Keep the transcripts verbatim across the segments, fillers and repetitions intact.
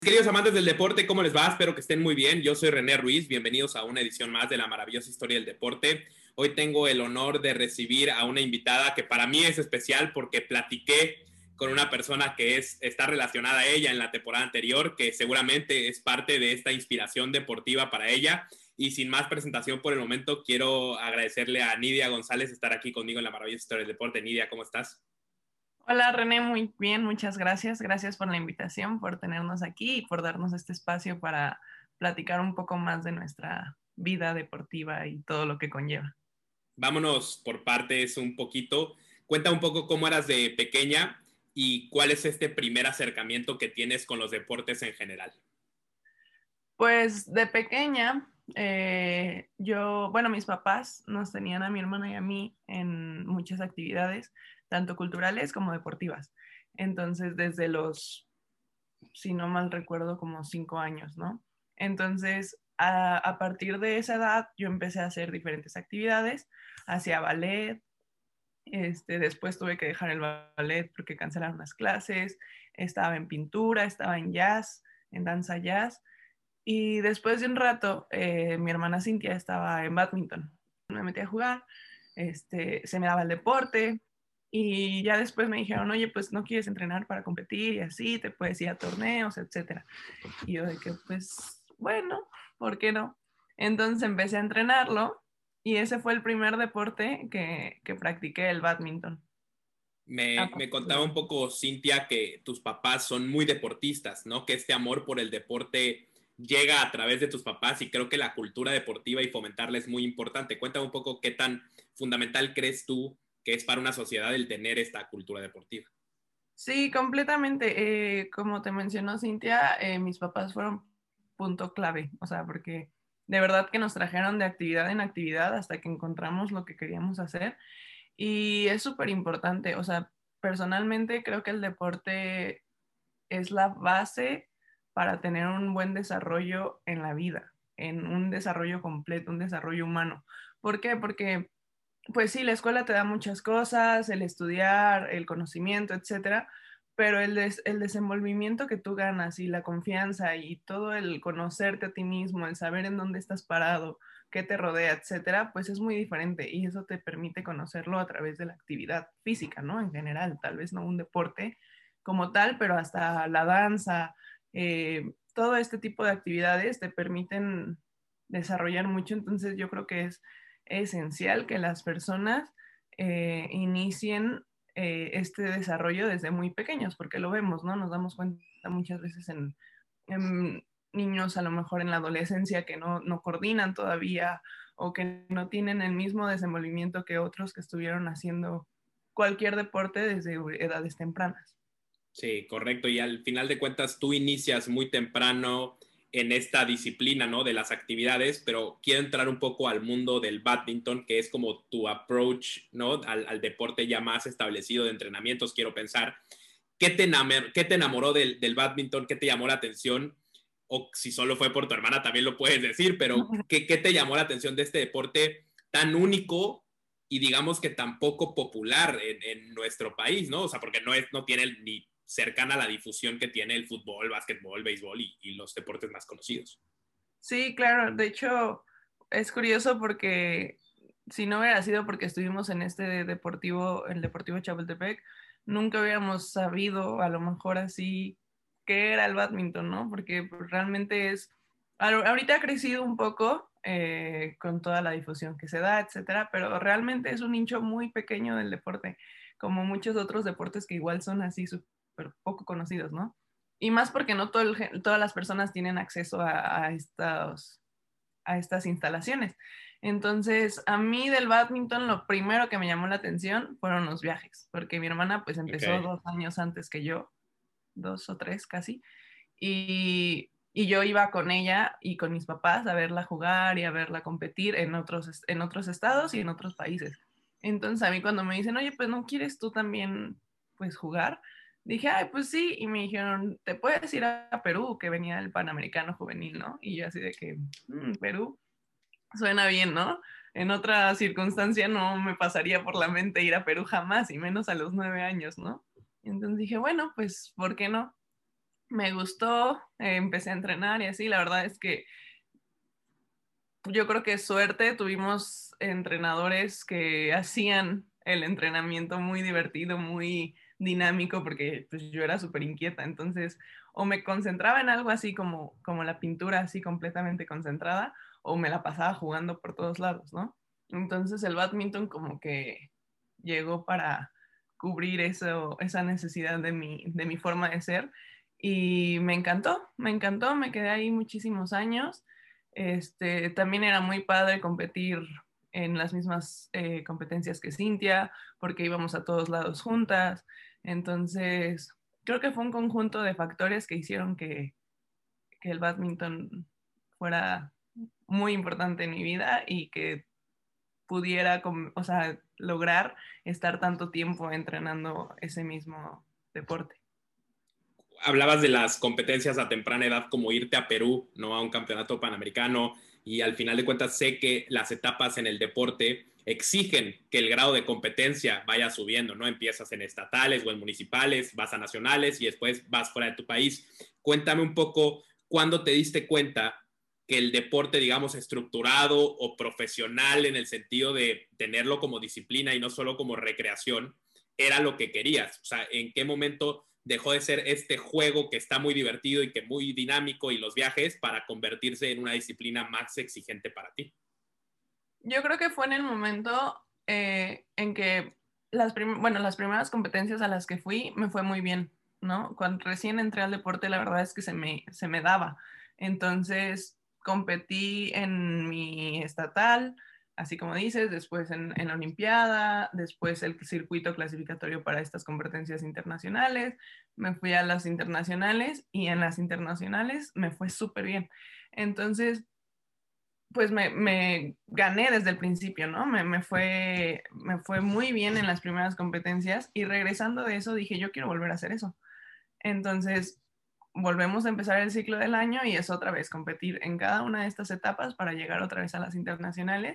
Queridos amantes del deporte, ¿cómo les va? Espero que estén muy bien. Yo soy René Ruiz. Bienvenidos a una edición más de la maravillosa historia del deporte. Hoy tengo el honor de recibir a una invitada que para mí es especial porque platiqué con una persona que es, está relacionada a ella en la temporada anterior, que seguramente es parte de esta inspiración deportiva para ella. Y sin más presentación por el momento, quiero agradecerle a Nidia González estar aquí conmigo en la maravillosa historia del deporte. Nidia, ¿cómo estás? Hola René, muy bien, muchas gracias. Gracias por la invitación, por tenernos aquí y por darnos este espacio para platicar un poco más de nuestra vida deportiva y todo lo que conlleva. Vámonos por partes un poquito. Cuenta un poco cómo eras de pequeña y cuál es este primer acercamiento que tienes con los deportes en general. Pues de pequeña, eh, yo, bueno, mis papás nos tenían a mi hermana y a mí en muchas actividades, tanto culturales como deportivas. Entonces, desde los, si no mal recuerdo, como cinco años, ¿no? Entonces, a, a partir de esa edad, yo empecé a hacer diferentes actividades, hacía ballet, este, después tuve que dejar el ballet porque cancelaron las clases, estaba en pintura, estaba en jazz, en danza jazz, y después de un rato, eh, mi hermana Cintia estaba en badminton. Me metí a jugar, este, se me daba el deporte, y ya después me dijeron, oye, pues no quieres entrenar para competir y así, te puedes ir a torneos, etcétera. Y yo de que, pues, bueno, ¿por qué no? Entonces empecé a entrenarlo y ese fue el primer deporte que, que practiqué, el badminton. Ah, Me, pues, me contaba un sí. poco, Cintia, que tus papás son muy deportistas, ¿no? Que este amor por el deporte llega a través de tus papás y creo que la cultura deportiva y fomentarla es muy importante. Cuéntame un poco qué tan fundamental crees tú que es para una sociedad el tener esta cultura deportiva. Sí, completamente. Eh, como te mencionó Cintia, eh, mis papás fueron punto clave, o sea, porque de verdad que nos trajeron de actividad en actividad hasta que encontramos lo que queríamos hacer. Y es súper importante, o sea, personalmente creo que el deporte es la base para tener un buen desarrollo en la vida, en un desarrollo completo, un desarrollo humano. ¿Por qué? Porque, pues sí, la escuela te da muchas cosas, el estudiar, el conocimiento, etcétera, pero el, des el desenvolvimiento que tú ganas y la confianza y todo el conocerte a ti mismo, el saber en dónde estás parado, qué te rodea, etcétera, pues es muy diferente y eso te permite conocerlo a través de la actividad física, ¿no? En general, tal vez no un deporte como tal, pero hasta la danza, eh, todo este tipo de actividades te permiten desarrollar mucho, entonces yo creo que es esencial que las personas eh, inicien eh, este desarrollo desde muy pequeños, porque lo vemos, ¿no? Nos damos cuenta muchas veces en, en niños a lo mejor en la adolescencia que no, no coordinan todavía o que no tienen el mismo desenvolvimiento que otros que estuvieron haciendo cualquier deporte desde edades tempranas. Sí, correcto. Y al final de cuentas, tú inicias muy temprano en esta disciplina, ¿no? De las actividades, pero quiero entrar un poco al mundo del badminton, que es como tu approach, ¿no? Al, al deporte ya más establecido de entrenamientos, quiero pensar. ¿Qué te, enamor, qué te enamoró del, del badminton? ¿Qué te llamó la atención? O si solo fue por tu hermana, también lo puedes decir, pero ¿qué, qué te llamó la atención de este deporte tan único y digamos que tan poco popular en, en nuestro país, ¿no? O sea, porque no, es, no tiene ni cercana a la difusión que tiene el fútbol, básquetbol, béisbol y, y los deportes más conocidos. Sí, claro. De hecho, es curioso porque si no hubiera sido porque estuvimos en este deportivo, el Deportivo Chapultepec, nunca hubiéramos sabido a lo mejor así qué era el badminton, ¿no? Porque pues, realmente es, ahorita ha crecido un poco eh, con toda la difusión que se da, etcétera, pero realmente es un nicho muy pequeño del deporte, como muchos otros deportes que igual son así súper poco conocidos, ¿no? Y más porque no todo el, todas las personas tienen acceso a, a, estos, a estas instalaciones. Entonces, a mí del badminton lo primero que me llamó la atención fueron los viajes, porque mi hermana pues Ok. empezó dos años antes que yo, dos o tres casi, y, y yo iba con ella y con mis papás a verla jugar y a verla competir en otros, en otros estados y en otros países. Entonces, a mí cuando me dicen, oye, pues no quieres tú también pues jugar, dije, ay, pues sí, y me dijeron, te puedes ir a Perú, que venía el Panamericano Juvenil, ¿no? Y yo así de que, "Mm, Perú, suena bien, ¿no? En otra circunstancia no me pasaría por la mente ir a Perú jamás, y menos a los nueve años, ¿no? Entonces dije, bueno, pues, ¿por qué no? me gustó, eh, empecé a entrenar y así, la verdad es que yo creo que suerte, tuvimos entrenadores que hacían el entrenamiento muy divertido, muy dinámico, porque pues, yo era súper inquieta, entonces o me concentraba en algo así como, como la pintura, así completamente concentrada, o me la pasaba jugando por todos lados, ¿no? Entonces el badminton como que llegó para cubrir eso, esa necesidad de mi, de mi forma de ser y me encantó, me encantó, me quedé ahí muchísimos años. Este, también era muy padre competir en las mismas eh, competencias que Cintia, porque íbamos a todos lados juntas. Entonces, creo que fue un conjunto de factores que hicieron que, que el badminton fuera muy importante en mi vida y que pudiera, o sea, lograr estar tanto tiempo entrenando ese mismo deporte. Hablabas de las competencias a temprana edad, como irte a Perú, ¿no? A un campeonato panamericano, y al final de cuentas sé que las etapas en el deporte exigen que el grado de competencia vaya subiendo, ¿no? Empiezas en estatales o en municipales, vas a nacionales y después vas fuera de tu país. Cuéntame un poco cuándo te diste cuenta que el deporte, digamos, estructurado o profesional en el sentido de tenerlo como disciplina y no solo como recreación, era lo que querías. O sea, ¿en qué momento dejó de ser este juego que está muy divertido y que muy dinámico y los viajes para convertirse en una disciplina más exigente para ti? Yo creo que fue en el momento eh, en que las, prim bueno, las primeras competencias a las que fui me fue muy bien, ¿no? Cuando recién entré al deporte, la verdad es que se me, se me daba. Entonces, competí en mi estatal, así como dices, después en, en la Olimpiada, después el circuito clasificatorio para estas competencias internacionales, me fui a las internacionales y en las internacionales me fue súper bien. Entonces, pues me, me, gané desde el principio, ¿no? Me, me, fue, me fue muy bien en las primeras competencias y regresando de eso dije, yo quiero volver a hacer eso. Entonces, volvemos a empezar el ciclo del año y es otra vez competir en cada una de estas etapas para llegar otra vez a las internacionales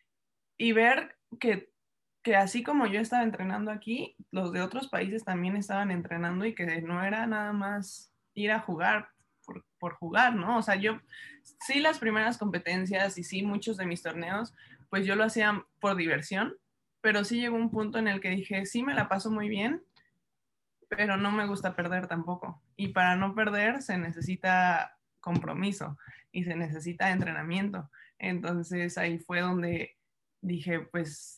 y ver que, que así como yo estaba entrenando aquí, los de otros países también estaban entrenando y que no era nada más ir a jugar por, por jugar, ¿no? O sea, yo sí las primeras competencias y sí muchos de mis torneos, pues yo lo hacía por diversión, pero sí llegó un punto en el que dije, sí me la paso muy bien, pero no me gusta perder tampoco. Y para no perder se necesita compromiso y se necesita entrenamiento. Entonces ahí fue donde dije, pues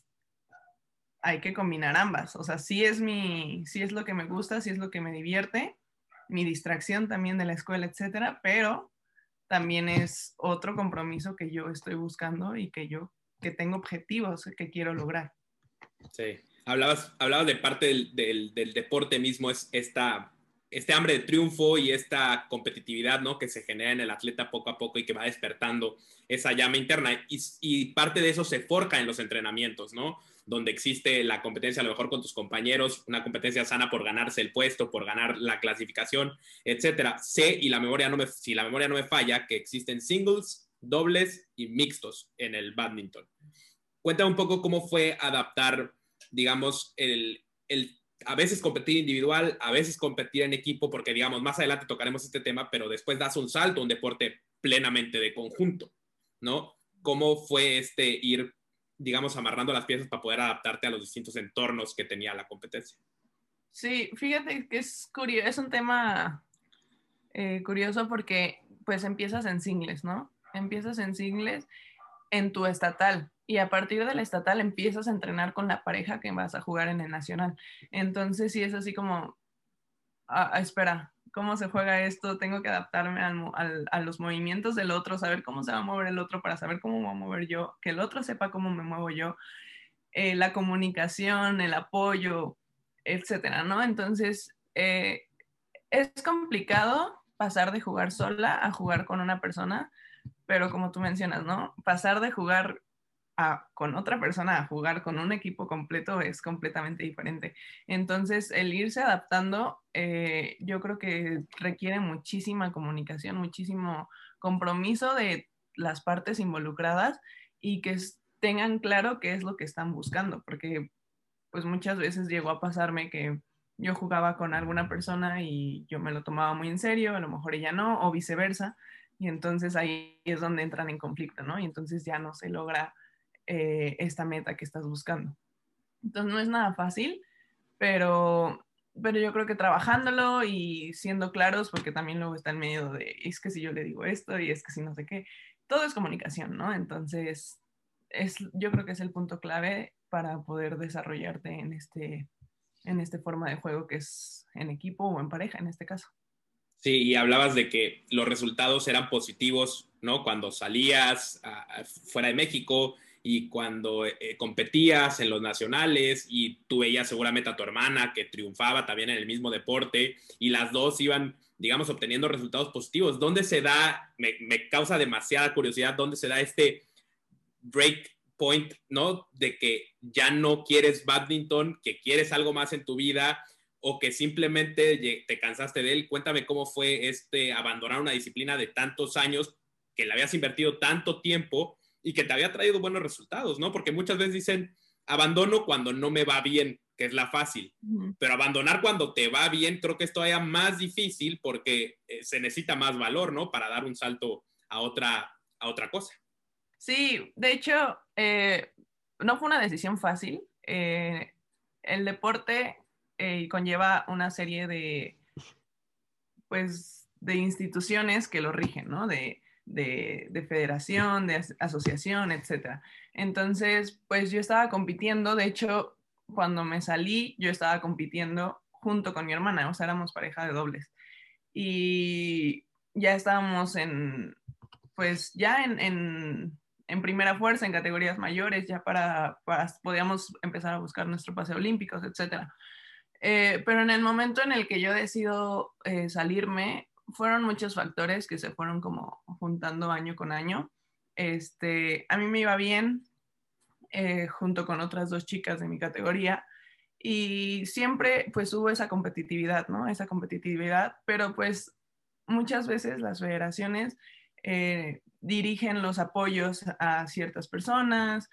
hay que combinar ambas. O sea, sí es mi, sí es lo que me gusta, sí es lo que me divierte, mi distracción también de la escuela, etcétera, pero también es otro compromiso que yo estoy buscando y que yo, que tengo objetivos que quiero lograr. Sí. Hablabas, hablabas de parte del, del, del deporte mismo, es esta, este hambre de triunfo y esta competitividad, ¿no? Que se genera en el atleta poco a poco y que va despertando esa llama interna. Y, y parte de eso se forja en los entrenamientos, ¿no? Donde existe la competencia a lo mejor con tus compañeros, una competencia sana por ganarse el puesto, por ganar la clasificación, etcétera. Sé, y la memoria no me, si la memoria no me falla, que existen singles, dobles y mixtos en el badminton. Cuéntame un poco cómo fue adaptar, digamos, el, el a veces competir individual, a veces competir en equipo, porque, digamos, más adelante tocaremos este tema, pero después das un salto a un deporte plenamente de conjunto, ¿no? ¿Cómo fue este ir, digamos, amarrando las piezas para poder adaptarte a los distintos entornos que tenía la competencia? Sí, fíjate que es curioso, es un tema eh, curioso porque pues empiezas en singles, ¿no? Empiezas en singles en tu estatal y a partir del estatal empiezas a entrenar con la pareja que vas a jugar en el nacional. Entonces sí es así como, ah, espera, ¿cómo se juega esto? Tengo que adaptarme al, al, a los movimientos del otro, saber cómo se va a mover el otro para saber cómo me voy a mover yo, que el otro sepa cómo me muevo yo, eh, la comunicación, el apoyo, etcétera, ¿no? Entonces, eh, es complicado pasar de jugar sola a jugar con una persona, pero como tú mencionas, ¿no? Pasar de jugar a, con otra persona a jugar con un equipo completo es completamente diferente. Entonces, el irse adaptando, eh, yo creo que requiere muchísima comunicación, muchísimo compromiso de las partes involucradas y que tengan claro qué es lo que están buscando, porque pues muchas veces llegó a pasarme que yo jugaba con alguna persona y yo me lo tomaba muy en serio, a lo mejor ella no, o viceversa, y entonces ahí es donde entran en conflicto, ¿no? Y entonces ya no se logra eh, esta meta que estás buscando. Entonces no es nada fácil, pero, pero yo creo que trabajándolo y siendo claros, porque también luego está el medio de, es que si yo le digo esto y es que si no sé qué, todo es comunicación, ¿no? Entonces, es, yo creo que es el punto clave para poder desarrollarte en este, en este forma de juego que es en equipo o en pareja en este caso. Sí, y hablabas de que los resultados eran positivos, ¿no? Cuando salías a, a, fuera de México y cuando eh, competías en los nacionales y tú veías seguramente a tu hermana que triunfaba también en el mismo deporte y las dos iban, digamos, obteniendo resultados positivos. ¿Dónde se da, me, me causa demasiada curiosidad, dónde se da este break point, ¿no? De que ya no quieres badminton, que quieres algo más en tu vida o que simplemente te cansaste de él? Cuéntame cómo fue este abandonar una disciplina de tantos años, que le habías invertido tanto tiempo y que te había traído buenos resultados, ¿no? Porque muchas veces dicen, abandono cuando no me va bien, que es la fácil. Uh-huh. Pero abandonar cuando te va bien creo que es todavía más difícil porque eh, se necesita más valor, ¿no? Para dar un salto a otra, a otra cosa. Sí, de hecho, eh, no fue una decisión fácil. Eh, el deporte eh, conlleva una serie de, pues, de instituciones que lo rigen, ¿no? De, de, de federación, de asociación, etcétera. Entonces, pues yo estaba compitiendo, de hecho, cuando me salí, yo estaba compitiendo junto con mi hermana, o sea, éramos pareja de dobles. Y ya estábamos en, pues ya en, en, en primera fuerza, en categorías mayores, ya para, para, podíamos empezar a buscar nuestro pase olímpicos, etcétera. Eh, pero en el momento en el que yo decido eh, salirme, fueron muchos factores que se fueron como juntando año con año. Este, a mí me iba bien, eh, junto con otras dos chicas de mi categoría, y siempre pues hubo esa competitividad, ¿no? Esa competitividad, pero pues muchas veces las federaciones eh, dirigen los apoyos a ciertas personas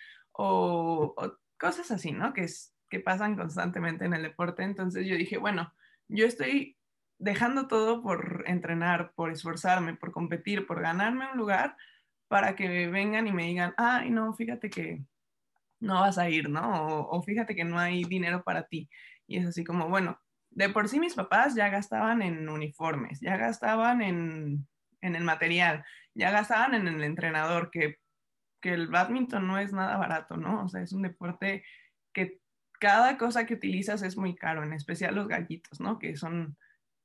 o, o cosas así, ¿no? Que, es, que pasan constantemente en el deporte. Entonces yo dije, bueno, yo estoy dejando todo por entrenar, por esforzarme, por competir, por ganarme un lugar para que vengan y me digan, ay, no, fíjate que no vas a ir, ¿no? O, o fíjate que no hay dinero para ti. Y es así como, bueno, de por sí mis papás ya gastaban en uniformes, ya gastaban en, en el material, ya gastaban en el entrenador, que, que el badminton no es nada barato, ¿no? O sea, es un deporte que cada cosa que utilizas es muy caro, en especial los gallitos, ¿no? Que son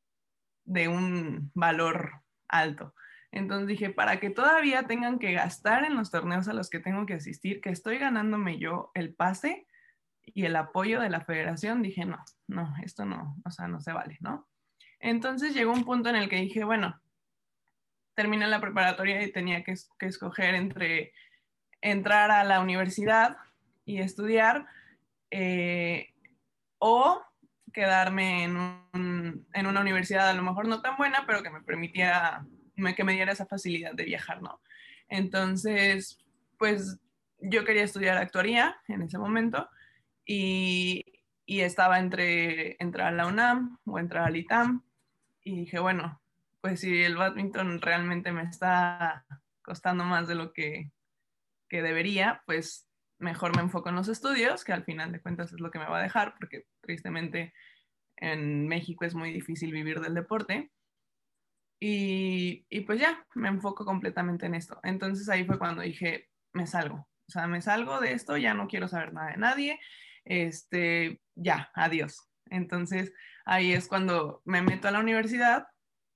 de un valor alto. Entonces dije, para que todavía tengan que gastar en los torneos a los que tengo que asistir, que estoy ganándome yo el pase y el apoyo de la federación, dije, no, no, esto no, o sea, no se vale, ¿no? Entonces llegó un punto en el que dije, bueno, terminé la preparatoria y tenía que, que escoger entre entrar a la universidad y estudiar eh, o quedarme en, un, en una universidad a lo mejor no tan buena, pero que me permitiera, me, que me diera esa facilidad de viajar, ¿no? Entonces, pues yo quería estudiar actuaría en ese momento y, y estaba entre entrar a la UNAM o entrar al ITAM y dije, bueno, pues si el badminton realmente me está costando más de lo que, que debería, pues mejor me enfoco en los estudios, que al final de cuentas es lo que me va a dejar, porque tristemente en México es muy difícil vivir del deporte. Y, y pues ya, me enfoco completamente en esto. Entonces ahí fue cuando dije, me salgo. O sea, me salgo de esto, ya no quiero saber nada de nadie. Este, ya, adiós. Entonces ahí es cuando me meto a la universidad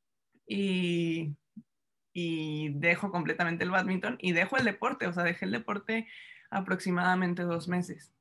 y, y dejo completamente el badminton y dejo el deporte. O sea, dejé el deporte aproximadamente dos meses.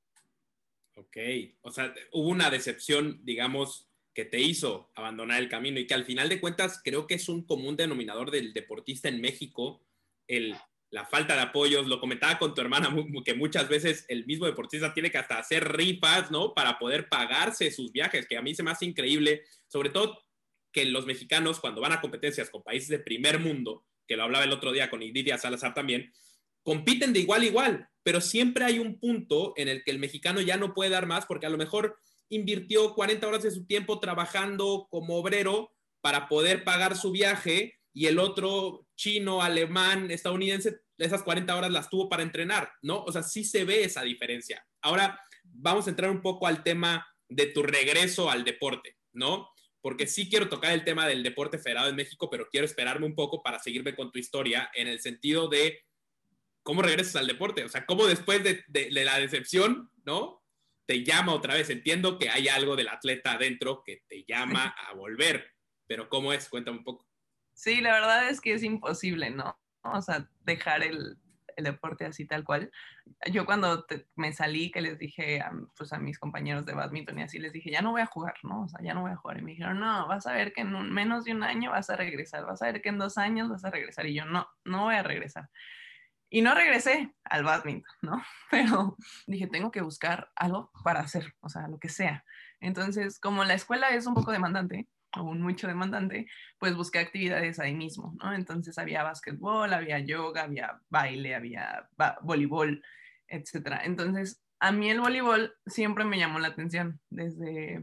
Ok, o sea, hubo una decepción, digamos, que te hizo abandonar el camino y que al final de cuentas creo que es un común denominador del deportista en México, el, la falta de apoyos. Lo comentaba con tu hermana, que muchas veces el mismo deportista tiene que hasta hacer rifas, ¿no? Para poder pagarse sus viajes, que a mí se me hace increíble, sobre todo que los mexicanos cuando van a competencias con países de primer mundo, que lo hablaba el otro día con Ididia Salazar también, compiten de igual a igual, pero siempre hay un punto en el que el mexicano ya no puede dar más porque a lo mejor invirtió cuarenta horas de su tiempo trabajando como obrero para poder pagar su viaje y el otro chino, alemán, estadounidense, esas cuarenta horas las tuvo para entrenar, ¿no? O sea, sí se ve esa diferencia. Ahora vamos a entrar un poco al tema de tu regreso al deporte, ¿no? Porque sí quiero tocar el tema del deporte federado en México, pero quiero esperarme un poco para seguirme con tu historia en el sentido de cómo regresas al deporte, o sea, cómo después de, de, de la decepción, ¿no? Te llama otra vez. Entiendo que hay algo del atleta adentro que te llama a volver, pero ¿cómo es? Cuéntame un poco. Sí, la verdad es que es imposible, ¿no? O sea, dejar el, el deporte así tal cual. Yo cuando te, me salí, que les dije a, pues a mis compañeros de badminton y así, les dije, ya no voy a jugar, ¿no? O sea, ya no voy a jugar. Y me dijeron, no, vas a ver que en un, menos de un año vas a regresar, vas a ver que en dos años vas a regresar. Y yo, no, no voy a regresar. Y no regresé al badminton, ¿no? Pero dije, tengo que buscar algo para hacer, o sea, lo que sea. Entonces, como la escuela es un poco demandante, o un mucho demandante, pues busqué actividades ahí mismo, ¿no? Entonces había básquetbol, había yoga, había baile, había voleibol, etcétera. Entonces, a mí el voleibol siempre me llamó la atención desde,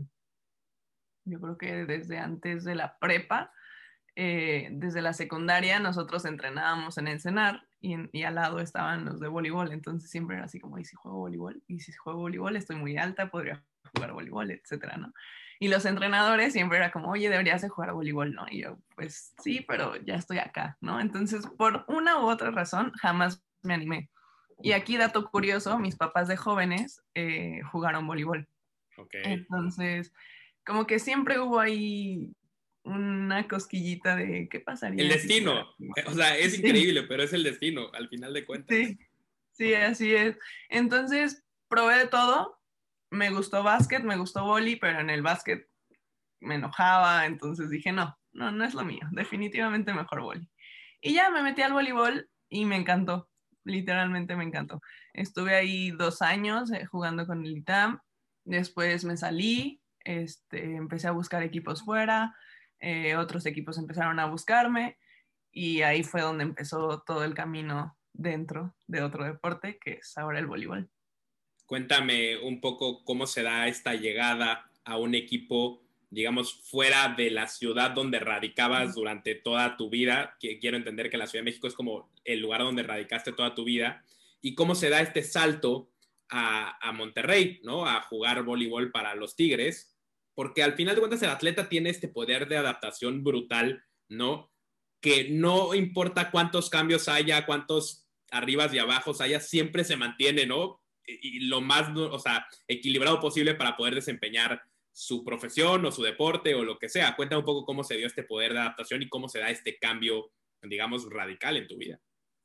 yo creo que desde antes de la prepa. Eh, desde la secundaria nosotros entrenábamos en Ensenar y, y al lado estaban los de voleibol, entonces siempre era así como, ¿y si juego voleibol? ¿Y si juego voleibol? Estoy muy alta, podría jugar voleibol, etcétera, ¿no? Y los entrenadores siempre era como, oye, deberías de jugar voleibol, ¿no? Y yo, pues sí, pero ya estoy acá, ¿no? Entonces, por una u otra razón, jamás me animé. Y aquí, dato curioso, mis papás de jóvenes eh, jugaron voleibol. Ok. Entonces, como que siempre hubo ahí una cosquillita de qué El pasaría si jugara. destino, o sea, es Sí, increíble, pero es el destino, al final de cuentas. sí, sí, así es. Entonces, probé de todo. Me gustó básquet, me gustó vóley, pero en el básquet me enojaba, entonces dije, no, no, no es lo mío, definitivamente mejor vóley. Y ya me metí al voleibol y me encantó, literalmente me encantó. Estuve ahí dos años eh, jugando con el ITAM, después me salí, este, empecé a buscar equipos fuera, eh, otros equipos empezaron a buscarme y ahí fue donde empezó todo el camino dentro de otro deporte que es ahora el voleibol. Cuéntame un poco cómo se da esta llegada a un equipo, digamos, fuera de la ciudad donde radicabas durante toda tu vida. Quiero entender que la Ciudad de México es como el lugar donde radicaste toda tu vida. Y cómo se da este salto a, a Monterrey, ¿no? A jugar voleibol para los Tigres. Porque al final de cuentas el atleta tiene este poder de adaptación brutal, ¿no? Que no importa cuántos cambios haya, cuántos arribas y abajos haya, siempre se mantiene, ¿no? Y lo más, o sea, equilibrado posible para poder desempeñar su profesión o su deporte o lo que sea. Cuenta un poco cómo se dio este poder de adaptación y cómo se da este cambio, digamos, radical en tu vida.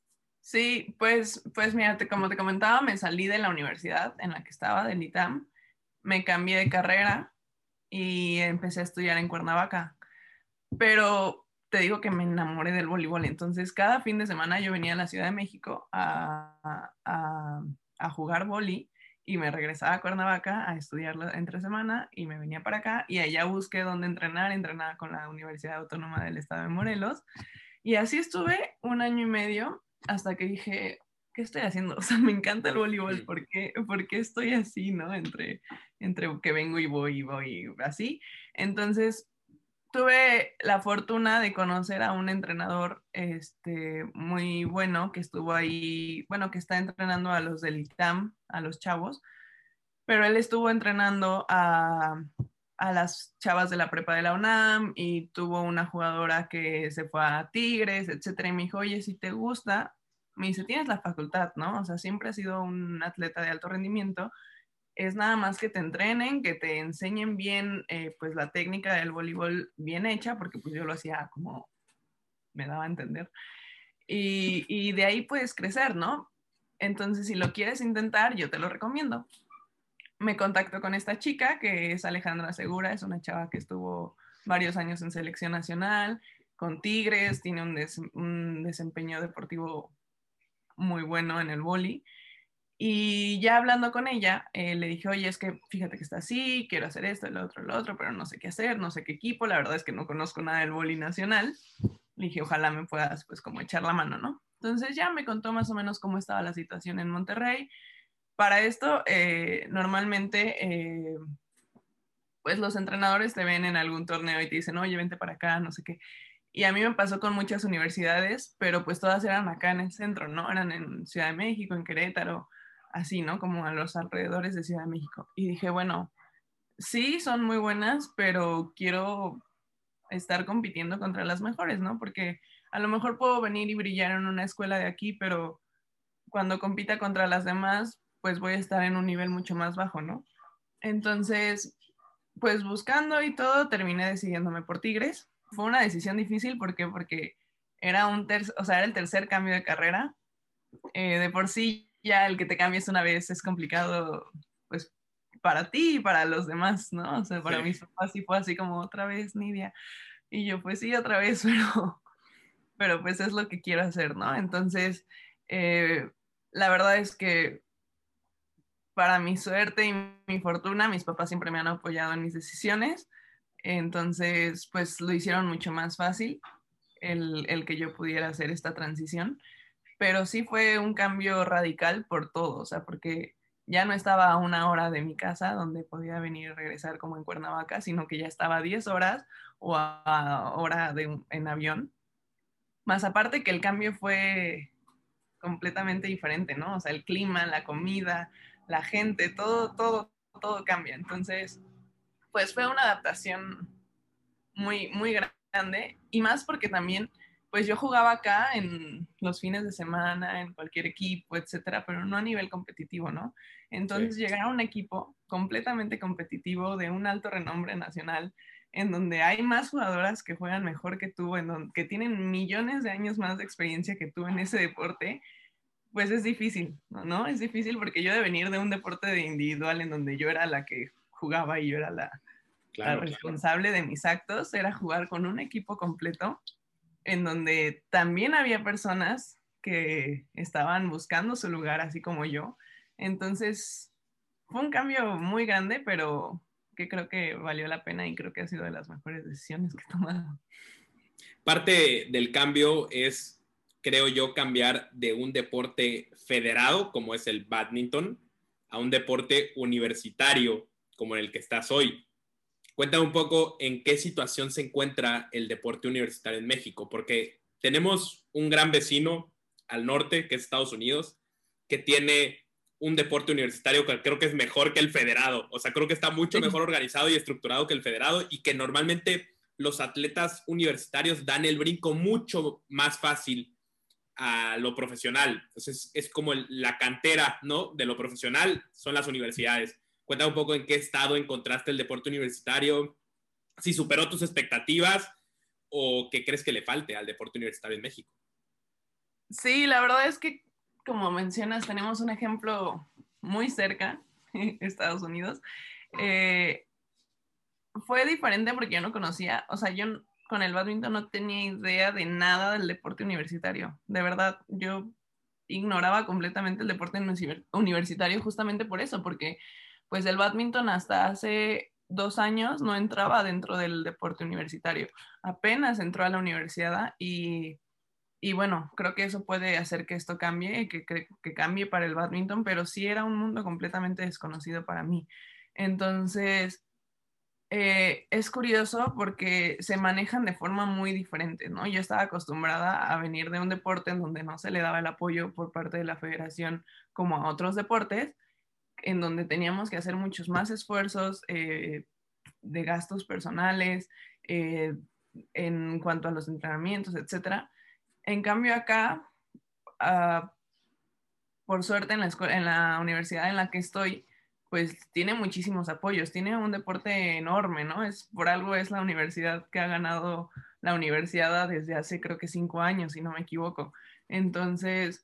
Sí, pues, pues mira, te, como te comentaba, me salí de la universidad en la que estaba, del ITAM, me cambié de carrera y empecé a estudiar en Cuernavaca. Pero te digo que me enamoré del voleibol, entonces cada fin de semana yo venía a la Ciudad de México a, a, a jugar vóley y me regresaba a Cuernavaca a estudiarlo entre semana y me venía para acá y allá busqué dónde entrenar, entrenaba con la Universidad Autónoma del Estado de Morelos y así estuve un año y medio hasta que dije, ¿qué estoy haciendo? O sea, me encanta el voleibol, ¿por qué, ¿por qué estoy así, no? Entre, entre que vengo y voy y voy y así. Entonces, tuve la fortuna de conocer a un entrenador este, muy bueno que estuvo ahí, bueno, que está entrenando a los del ITAM, a los chavos, pero él estuvo entrenando a, a las chavas de la prepa de la UNAM y tuvo una jugadora que se fue a Tigres, etcétera, y me dijo, oye, si te gusta, me dice, tienes la facultad, ¿no? O sea, siempre has sido un atleta de alto rendimiento, es nada más que te entrenen, que te enseñen bien eh, pues la técnica del voleibol bien hecha, porque pues yo lo hacía como me daba a entender. Y, y de ahí puedes crecer, ¿no? Entonces, si lo quieres intentar, yo te lo recomiendo. Me contacto con esta chica, que es Alejandra Segura, es una chava que estuvo varios años en selección nacional, con Tigres, tiene un, des un desempeño deportivo muy bueno en el vóley. Y ya hablando con ella, eh, le dije, oye, es que fíjate que está así, quiero hacer esto, el otro, el otro, pero no sé qué hacer, no sé qué equipo, la verdad es que no conozco nada del vóley nacional. Le dije, ojalá me puedas, pues, como echar la mano, ¿no? Entonces ya me contó más o menos cómo estaba la situación en Monterrey. Para esto, eh, normalmente, eh, pues los entrenadores te ven en algún torneo y te dicen, oye, vente para acá, no sé qué. Y a mí me pasó con muchas universidades, pero pues todas eran acá en el centro, ¿no? Eran en Ciudad de México, en Querétaro, así, ¿no? Como a los alrededores de Ciudad de México. Y dije, bueno, sí, son muy buenas, pero quiero estar compitiendo contra las mejores, ¿no? Porque a lo mejor puedo venir y brillar en una escuela de aquí, pero cuando compita contra las demás, pues voy a estar en un nivel mucho más bajo, ¿no? Entonces, pues buscando y todo, terminé decidiéndome por Tigres. Fue una decisión difícil, ¿por qué? Porque era un tercer, o sea, era el tercer cambio de carrera. Eh, de por sí, ya el que te cambies una vez es complicado, pues, para ti y para los demás, ¿no? O sea, para Sí. mis papás sí fue así como otra vez, Nidia. Y yo, pues sí, otra vez, pero, pero pues es lo que quiero hacer, ¿no? Entonces, eh, la verdad es que para mi suerte y mi fortuna, mis papás siempre me han apoyado en mis decisiones. Entonces, pues lo hicieron mucho más fácil el, el que yo pudiera hacer esta transición. Pero sí fue un cambio radical por todo, o sea, porque ya no estaba a una hora de mi casa donde podía venir y regresar como en Cuernavaca, sino que ya estaba a diez horas o a, a hora de, en avión. Más aparte que el cambio fue completamente diferente, ¿no? O sea, el clima, la comida, la gente, todo, todo, todo cambia. Entonces, pues fue una adaptación muy, muy grande y más porque también, pues yo jugaba acá en los fines de semana, en cualquier equipo, etcétera, pero no a nivel competitivo, ¿no? Sí. Entonces llegar a un equipo completamente competitivo de un alto renombre nacional, en donde hay más jugadoras que juegan mejor que tú, en donde, que tienen millones de años más de experiencia que tú en ese deporte, pues es difícil, ¿no? ¿no? Es difícil porque yo de venir de un deporte de individual en donde yo era la que jugaba y yo era la, la Claro. responsable de mis actos, era jugar con un equipo completo en donde también había personas que estaban buscando su lugar, así como yo. Entonces, fue un cambio muy grande, pero que creo que valió la pena y creo que ha sido de las mejores decisiones que he tomado. Parte del cambio es, creo yo, cambiar de un deporte federado, como es el badminton, a un deporte universitario, como en el que estás hoy. Cuéntame un poco en qué situación se encuentra el deporte universitario en México, porque tenemos un gran vecino al norte, que es Estados Unidos, que tiene un deporte universitario que creo que es mejor que el federado. O sea, creo que está mucho Sí. mejor organizado y estructurado que el federado y que normalmente los atletas universitarios dan el brinco mucho más fácil a lo profesional. Entonces, es como el, la cantera, ¿no? De lo profesional son las universidades. Cuéntame un poco en qué estado encontraste el deporte universitario, si superó tus expectativas o qué crees que le falte al deporte universitario en México. Sí, la verdad es que, como mencionas, tenemos un ejemplo muy cerca, Estados Unidos. Eh, fue diferente porque yo no conocía, o sea, yo con el badminton no tenía idea de nada del deporte universitario. De verdad, yo ignoraba completamente el deporte universitario justamente por eso, porque pues el badminton hasta hace dos años no entraba dentro del deporte universitario. Apenas entró a la universidad y, y bueno, creo que eso puede hacer que esto cambie, que, que, que cambie para el badminton, pero sí era un mundo completamente desconocido para mí. Entonces, eh, es curioso porque se manejan de forma muy diferente, ¿no? Yo estaba acostumbrada a venir de un deporte en donde no se le daba el apoyo por parte de la federación como a otros deportes, en donde teníamos que hacer muchos más esfuerzos eh, de gastos personales, eh, en cuanto a los entrenamientos, etcétera. En cambio acá, uh, por suerte en la, escuela, en la universidad en la que estoy, pues tiene muchísimos apoyos, tiene un deporte enorme, ¿no? Es, por algo es la universidad que ha ganado la universidad desde hace creo que cinco años, si no me equivoco. Entonces,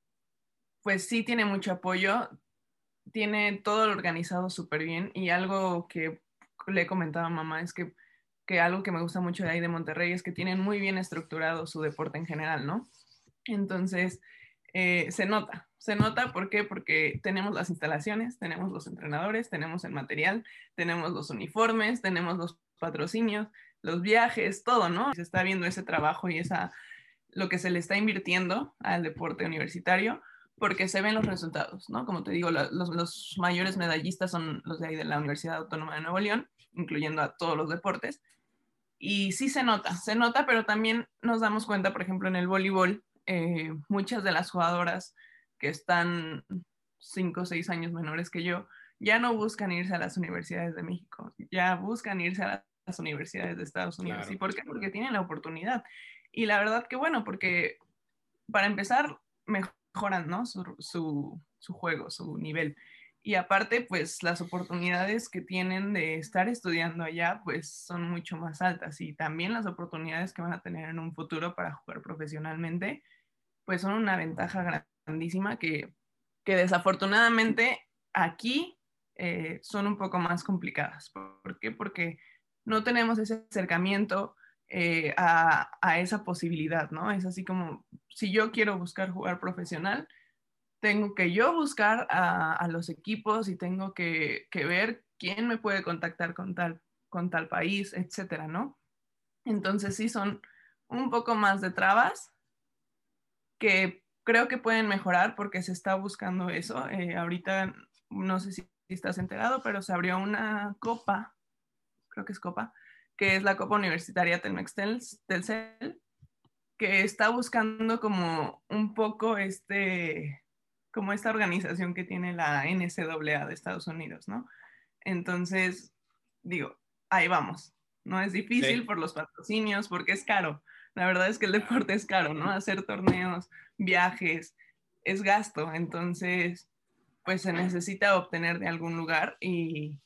pues sí tiene mucho apoyo, tiene todo lo organizado súper bien y algo que le he comentado a mamá es que, que algo que me gusta mucho de ahí de Monterrey es que tienen muy bien estructurado su deporte en general, ¿no? Entonces, eh, se nota, se nota, ¿por qué? Porque tenemos las instalaciones, tenemos los entrenadores, tenemos el material, tenemos los uniformes, tenemos los patrocinios, los viajes, todo, ¿no? Se está viendo ese trabajo y esa, lo que se le está invirtiendo al deporte universitario, porque se ven los resultados, ¿no? Como te digo, la, los, los mayores medallistas son los de ahí de la Universidad Autónoma de Nuevo León, incluyendo a todos los deportes. Y sí se nota, se nota, pero también nos damos cuenta, por ejemplo, en el voleibol, eh, muchas de las jugadoras que están cinco o seis años menores que yo, ya no buscan irse a las universidades de México, ya buscan irse a las universidades de Estados Unidos. Claro. ¿Y por qué? Porque tienen la oportunidad. Y la verdad que bueno, porque para empezar, mejoran, ¿no? Su, su, su juego, su nivel. Y aparte, pues las oportunidades que tienen de estar estudiando allá, pues son mucho más altas. Y también las oportunidades que van a tener en un futuro para jugar profesionalmente, pues son una ventaja grandísima que, que desafortunadamente aquí eh, son un poco más complicadas. ¿Por qué? Porque no tenemos ese acercamiento eh, a, a esa posibilidad, ¿no? Es así como, si yo quiero buscar jugar profesional, tengo que yo buscar a, a los equipos y tengo que, que, ver quién me puede contactar con tal, con tal país, etcétera, ¿no? Entonces sí son un poco más de trabas que creo que pueden mejorar porque se está buscando eso. Eh, ahorita, no sé si estás enterado, pero se abrió una copa, creo que es copa, que es la Copa Universitaria Telmex Telcel, que está buscando como un poco este, como esta organización que tiene la N C A A de Estados Unidos, ¿no? Entonces, digo, ahí vamos. No es difícil Sí. por los patrocinios, porque es caro. La verdad es que el deporte es caro, ¿no? Hacer torneos, viajes, es gasto. Entonces, pues se necesita obtener de algún lugar y,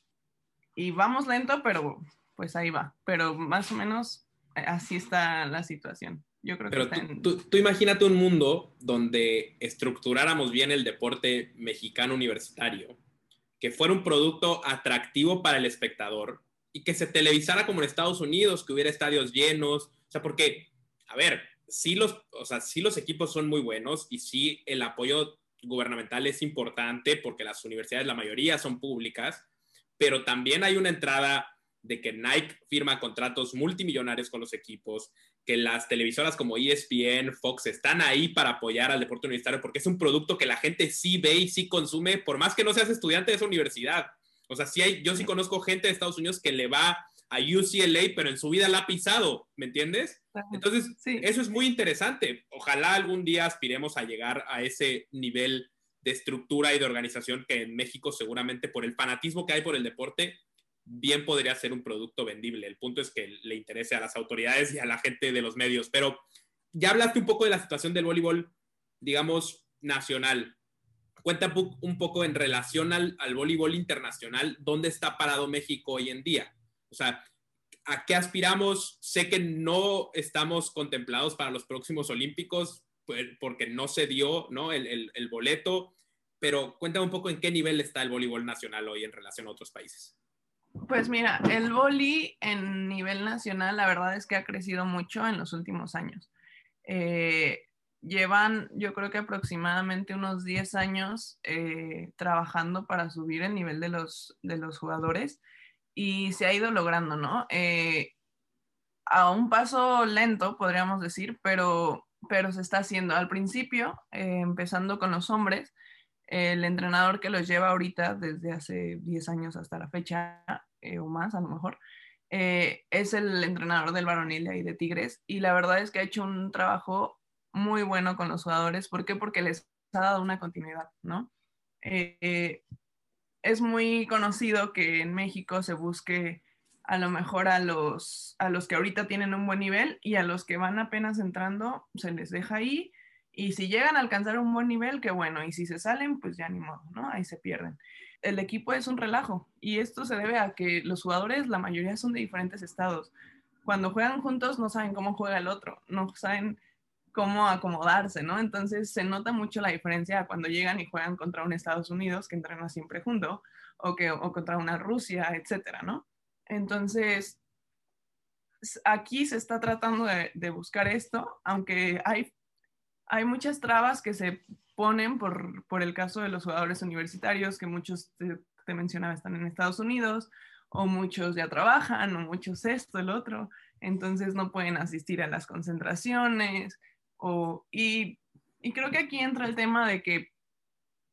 y vamos lento, pero pues ahí va. Pero más o menos así está la situación. Yo creo que Pero está tú, en... tú, tú imagínate un mundo donde estructuráramos bien el deporte mexicano universitario, que fuera un producto atractivo para el espectador y que se televisara como en Estados Unidos, que hubiera estadios llenos. O sea, porque, a ver, sí los, o sea, sí los equipos son muy buenos y sí el apoyo gubernamental es importante porque las universidades, la mayoría son públicas, pero también hay una entrada de que Nike firma contratos multimillonarios con los equipos, que las televisoras como E S P N, Fox están ahí para apoyar al deporte universitario porque es un producto que la gente sí ve y sí consume, por más que no seas estudiante de esa universidad. O sea, sí hay, yo sí conozco gente de Estados Unidos que le va a U C L A, pero en su vida la ha pisado, ¿me entiendes? Entonces, Sí. eso es muy interesante. Ojalá algún día aspiremos a llegar a ese nivel de estructura y de organización que en México seguramente por el fanatismo que hay por el deporte bien podría ser un producto vendible. El punto es que le interese a las autoridades y a la gente de los medios. Pero ya hablaste un poco de la situación del voleibol, digamos, nacional. Cuenta un poco en relación al, al voleibol internacional, ¿dónde está parado México hoy en día? O sea, ¿a qué aspiramos? Sé que no estamos contemplados para los próximos Olímpicos porque no se dio, ¿no? el, el, el boleto, pero cuéntame un poco en qué nivel está el voleibol nacional hoy en relación a otros países. Pues mira, el vóley en nivel nacional, la verdad es que ha crecido mucho en los últimos años. Eh, llevan, yo creo que aproximadamente unos diez años eh, trabajando para subir el nivel de los, de los jugadores y se ha ido logrando, ¿no? Eh, a un paso lento, podríamos decir, pero, pero se está haciendo. Al principio, eh, empezando con los hombres, el entrenador que los lleva ahorita desde hace diez años hasta la fecha, eh, o más a lo mejor, eh, es el entrenador del varonil de ahí de Tigres y la verdad es que ha hecho un trabajo muy bueno con los jugadores. ¿Por qué? Porque les ha dado una continuidad, ¿no? Eh, eh, es muy conocido que en México se busque a lo mejor a los, a los que ahorita tienen un buen nivel y a los que van apenas entrando se les deja ahí y si llegan a alcanzar un buen nivel, qué bueno, y si se salen, pues ya ni modo, ¿no? Ahí se pierden. El equipo es un relajo y esto se debe a que los jugadores, la mayoría son de diferentes estados. Cuando juegan juntos no saben cómo juega el otro, no saben cómo acomodarse, ¿no? Entonces se nota mucho la diferencia cuando llegan y juegan contra un Estados Unidos que entrena siempre junto o, que, o contra una Rusia, etcétera, ¿no? Entonces, aquí se está tratando de, de buscar esto, aunque hay, hay muchas trabas que se ponen por, por el caso de los jugadores universitarios, que muchos te, te mencionaba están en Estados Unidos, o muchos ya trabajan, o muchos esto, el otro, entonces no pueden asistir a las concentraciones, o, y, y creo que aquí entra el tema de que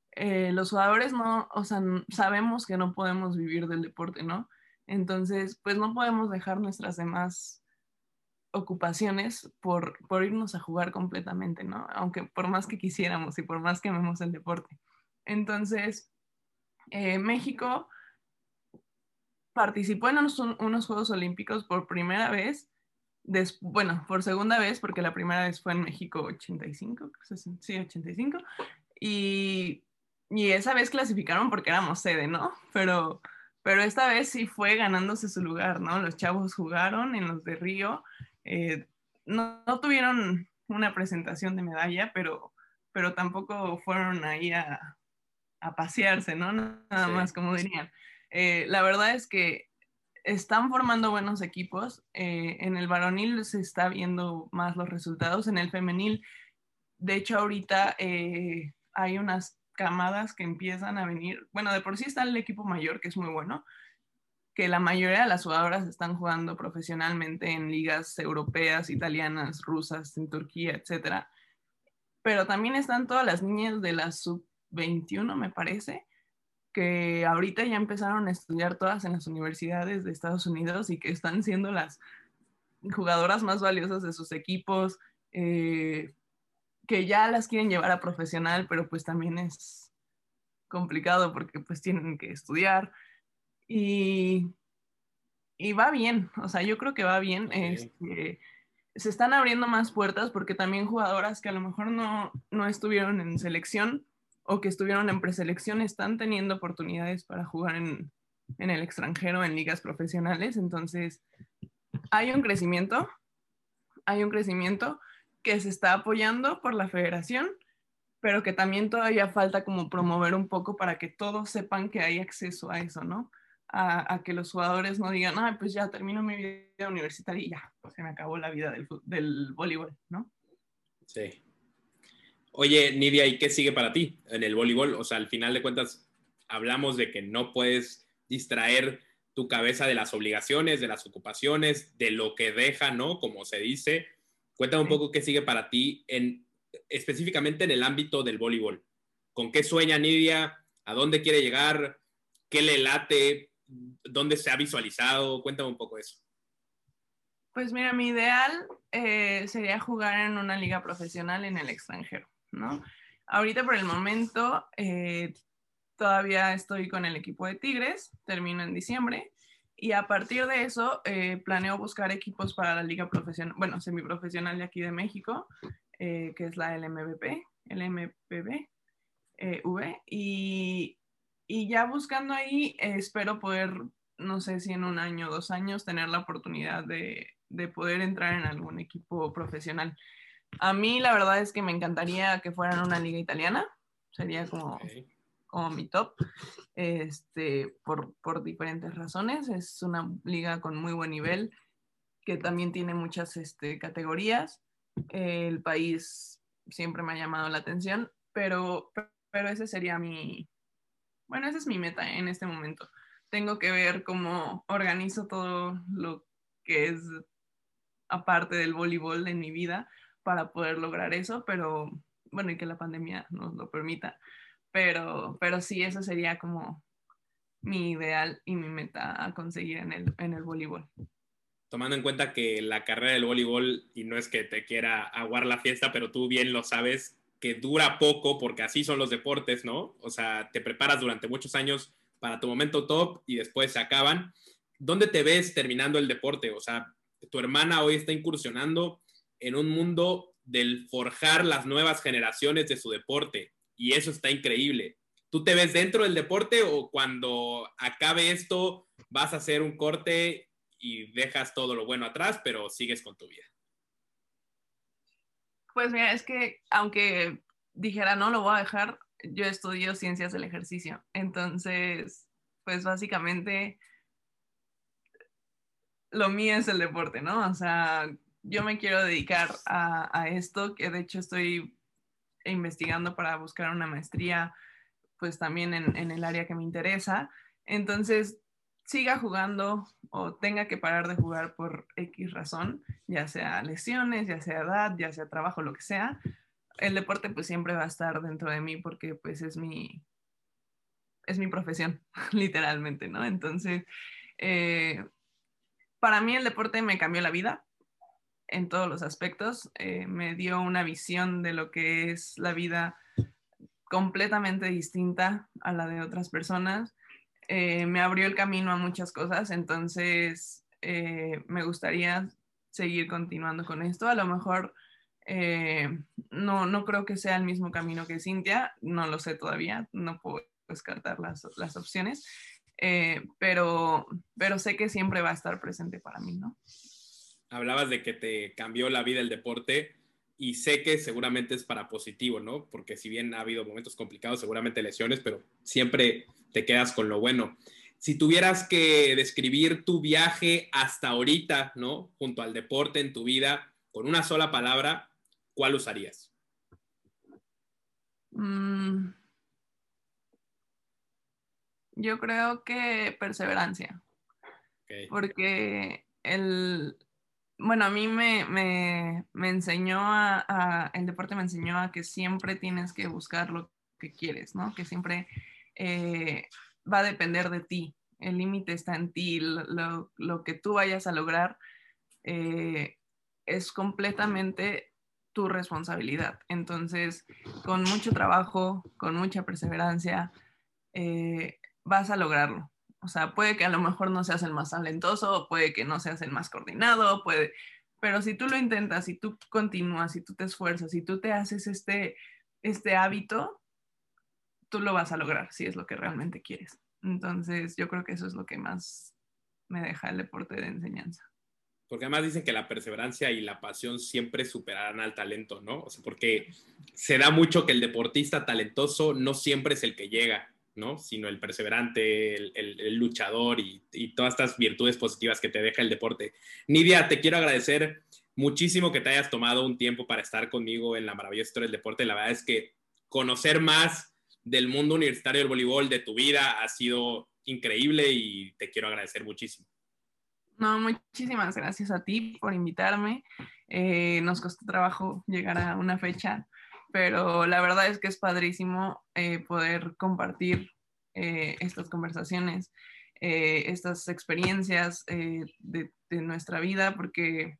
eh, los jugadores no, o sea, sabemos que no podemos vivir del deporte, ¿no? Entonces, pues no podemos dejar nuestras demás ocupaciones por, por irnos a jugar completamente, ¿no? Aunque por más que quisiéramos y por más que amemos el deporte. Entonces, eh, México participó en unos, unos Juegos Olímpicos por primera vez, des, bueno, por segunda vez, porque la primera vez fue en México ochenta y cinco, sí, ochenta y cinco, y, y esa vez clasificaron porque éramos sede, ¿no? Pero, pero esta vez sí fue ganándose su lugar, ¿no? Los chavos jugaron en los de Río, eh, no, no tuvieron una presentación de medalla, pero, pero tampoco fueron ahí a, a pasearse, ¿no? Nada Sí. más, como dirían. Eh, la verdad es que están formando buenos equipos. Eh, en el varonil se está viendo más los resultados. En el femenil, de hecho, ahorita eh, hay unas camadas que empiezan a venir. Bueno, de por sí está el equipo mayor, que es muy bueno, que la mayoría de las jugadoras están jugando profesionalmente en ligas europeas, italianas, rusas, en Turquía, etcétera. Pero también están todas las niñas de la sub veintiuno, me parece, que ahorita ya empezaron a estudiar todas en las universidades de Estados Unidos y que están siendo las jugadoras más valiosas de sus equipos, eh, que ya las quieren llevar a profesional, pero pues también es complicado porque pues tienen que estudiar y, y va bien, o sea, yo creo que va bien. Sí. Este, se están abriendo más puertas porque también jugadoras que a lo mejor no, no estuvieron en selección o que estuvieron en preselección están teniendo oportunidades para jugar en, en el extranjero, en ligas profesionales. Entonces, hay un crecimiento, hay un crecimiento que se está apoyando por la federación, pero que también todavía falta como promover un poco para que todos sepan que hay acceso a eso, ¿no? A, a que los jugadores no digan, ah, pues ya termino mi vida universitaria y ya, pues se me acabó la vida del, del voleibol, ¿no? Sí. Oye, Nidia, ¿y qué sigue para ti en el voleibol? O sea, al final de cuentas, hablamos de que no puedes distraer tu cabeza de las obligaciones, de las ocupaciones, de lo que deja, ¿no? Como se dice. Cuéntame un Sí. poco qué sigue para ti, en, específicamente en el ámbito del voleibol. ¿Con qué sueña Nidia? ¿A dónde quiere llegar? ¿Qué le late? ¿Dónde se ha visualizado? Cuéntame un poco eso. Pues mira, mi ideal eh, sería jugar en una liga profesional en el extranjero, ¿no? Ahorita por el momento eh, todavía estoy con el equipo de Tigres, termino en diciembre, y a partir de eso eh, planeo buscar equipos para la liga profesional, bueno, semiprofesional de aquí de México, eh, que es la L M V P, L M P B, eh, V, y, y ya buscando ahí eh, espero poder, no sé si en un año o dos años, tener la oportunidad de, de poder entrar en algún equipo profesional. A mí la verdad es que me encantaría que fueran una liga italiana, sería como, Okay. como mi top, este, por, por diferentes razones. Es una liga con muy buen nivel, que también tiene muchas este, categorías. El país siempre me ha llamado la atención, pero, pero ese sería mi, bueno, esa es mi meta en este momento. Tengo que ver cómo organizo todo lo que es aparte del voleibol en mi vida para poder lograr eso, pero bueno, y que la pandemia nos lo permita. Pero, pero sí, eso sería como mi ideal y mi meta a conseguir en el, en el voleibol. Tomando en cuenta que la carrera del voleibol, y no es que te quiera aguar la fiesta, pero tú bien lo sabes, que dura poco porque así son los deportes, ¿no? O sea, te preparas durante muchos años para tu momento top y después se acaban. ¿Dónde te ves terminando el deporte? O sea, tu hermana hoy está incursionando en un mundo del forjar las nuevas generaciones de su deporte y eso está increíble. ¿Tú te ves dentro del deporte o cuando acabe esto vas a hacer un corte y dejas todo lo bueno atrás, pero sigues con tu vida? Pues mira, es que aunque dijera no lo voy a dejar, yo estudio ciencias del ejercicio. Entonces, pues básicamente lo mío es el deporte, ¿no? O sea, yo me quiero dedicar a, a esto, que de hecho estoy investigando para buscar una maestría, pues también en, en el área que me interesa. Entonces, siga jugando o tenga que parar de jugar por X razón, ya sea lesiones, ya sea edad, ya sea trabajo, lo que sea, el deporte pues siempre va a estar dentro de mí porque pues es mi, es mi profesión, literalmente, ¿no? Entonces, eh, para mí el deporte me cambió la vida en todos los aspectos, eh, me dio una visión de lo que es la vida completamente distinta a la de otras personas, eh, me abrió el camino a muchas cosas, entonces eh, me gustaría seguir continuando con esto, a lo mejor eh, no, no creo que sea el mismo camino que Cintia, no lo sé todavía, no puedo descartar las, las opciones, eh, pero, pero sé que siempre va a estar presente para mí, ¿no? Hablabas de que te cambió la vida el deporte y sé que seguramente es para positivo, ¿no? Porque si bien ha habido momentos complicados, seguramente lesiones, pero siempre te quedas con lo bueno. Si tuvieras que describir tu viaje hasta ahorita, ¿no? Junto al deporte en tu vida, con una sola palabra, ¿cuál usarías? Mm, yo creo que perseverancia, Okay. porque el, bueno, a mí me, me, me enseñó a, a, el deporte me enseñó a que siempre tienes que buscar lo que quieres, ¿no? Que siempre eh, va a depender de ti. El límite está en ti. Lo, lo, lo, que tú vayas a lograr eh, es completamente tu responsabilidad. Entonces, con mucho trabajo, con mucha perseverancia, eh, vas a lograrlo. O sea, puede que a lo mejor no seas el más talentoso, puede que no seas el más coordinado, puede, pero si tú lo intentas, si tú continúas, si tú te esfuerzas, si tú te haces este, este hábito, tú lo vas a lograr si es lo que realmente quieres. Entonces, yo creo que eso es lo que más me deja el deporte de enseñanza. Porque además dicen que la perseverancia y la pasión siempre superarán al talento, ¿no? O sea, porque se da mucho que el deportista talentoso no siempre es el que llega, ¿no? Sino el perseverante, el, el, el luchador y, y todas estas virtudes positivas que te deja el deporte. Nidia, te quiero agradecer muchísimo que te hayas tomado un tiempo para estar conmigo en la maravillosa historia del deporte. La verdad es que conocer más del mundo universitario del voleibol, de tu vida, ha sido increíble y te quiero agradecer muchísimo. No, muchísimas gracias a ti por invitarme. Eh, nos costó trabajo llegar a una fecha, pero la verdad es que es padrísimo eh, poder compartir eh, estas conversaciones, eh, estas experiencias eh, de, de, nuestra vida, porque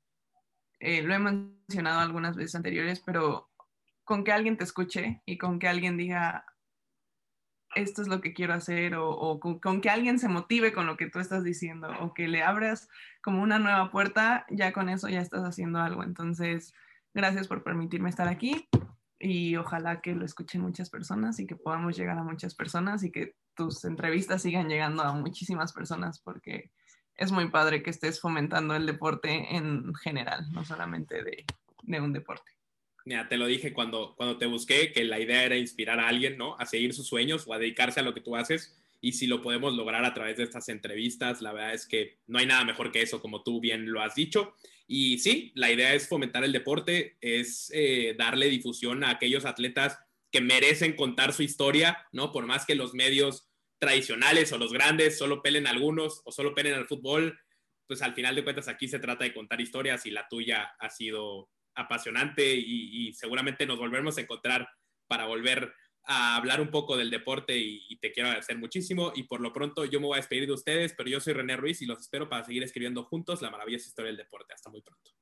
eh, lo he mencionado algunas veces anteriores, pero con que alguien te escuche y con que alguien diga, esto es lo que quiero hacer, o, o con, con, que alguien se motive con lo que tú estás diciendo, o que le abras como una nueva puerta, ya con eso ya estás haciendo algo. Entonces, gracias por permitirme estar aquí y ojalá que lo escuchen muchas personas y que podamos llegar a muchas personas y que tus entrevistas sigan llegando a muchísimas personas, porque es muy padre que estés fomentando el deporte en general, no solamente de, de un deporte. Mira, te lo dije cuando, cuando te busqué, que la idea era inspirar a alguien, ¿no? A seguir sus sueños o a dedicarse a lo que tú haces. Y si lo podemos lograr a través de estas entrevistas, la verdad es que no hay nada mejor que eso, como tú bien lo has dicho. Y sí, la idea es fomentar el deporte, es eh, darle difusión a aquellos atletas que merecen contar su historia, ¿no? Por más que los medios tradicionales o los grandes solo pelen a algunos o solo pelen al fútbol, pues al final de cuentas aquí se trata de contar historias y la tuya ha sido apasionante y, y seguramente nos volveremos a encontrar para volver a hablar un poco del deporte y, y te quiero agradecer muchísimo y por lo pronto yo me voy a despedir de ustedes, pero yo soy René Ruiz y los espero para seguir escribiendo juntos la maravillosa historia del deporte. Hasta muy pronto.